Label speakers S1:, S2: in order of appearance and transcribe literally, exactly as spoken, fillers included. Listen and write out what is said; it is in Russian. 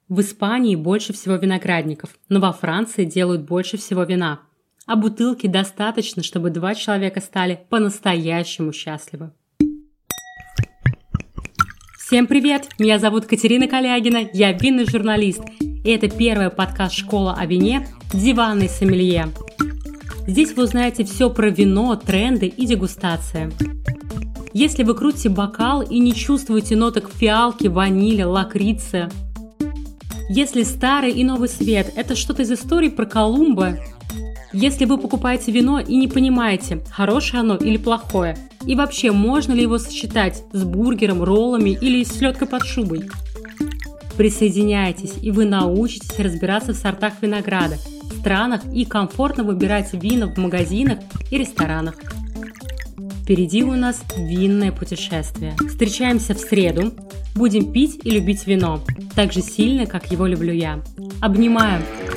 S1: В Испании больше всего виноградников, но во Франции делают больше всего вина. А бутылки достаточно, чтобы два человека стали по-настоящему счастливы. Всем привет! Меня зовут Катерина Калягина, я винный журналист. И это первый подкаст «Школа о вине. Диванный сомелье». Здесь вы узнаете все про вино, тренды и дегустации. Если вы крутите бокал и не чувствуете ноток фиалки, ванили, лакрицы, если старый и новый свет – это что-то из истории про Колумба, если вы покупаете вино и не понимаете, хорошее оно или плохое, и вообще можно ли его сочетать с бургером, роллами или с селедкой под шубой, присоединяйтесь, и вы научитесь разбираться в сортах винограда, странах и комфортно выбирать вина в магазинах и ресторанах. Впереди у нас винное путешествие. Встречаемся в среду. Будем пить и любить вино так же сильно, как его люблю я. Обнимаю!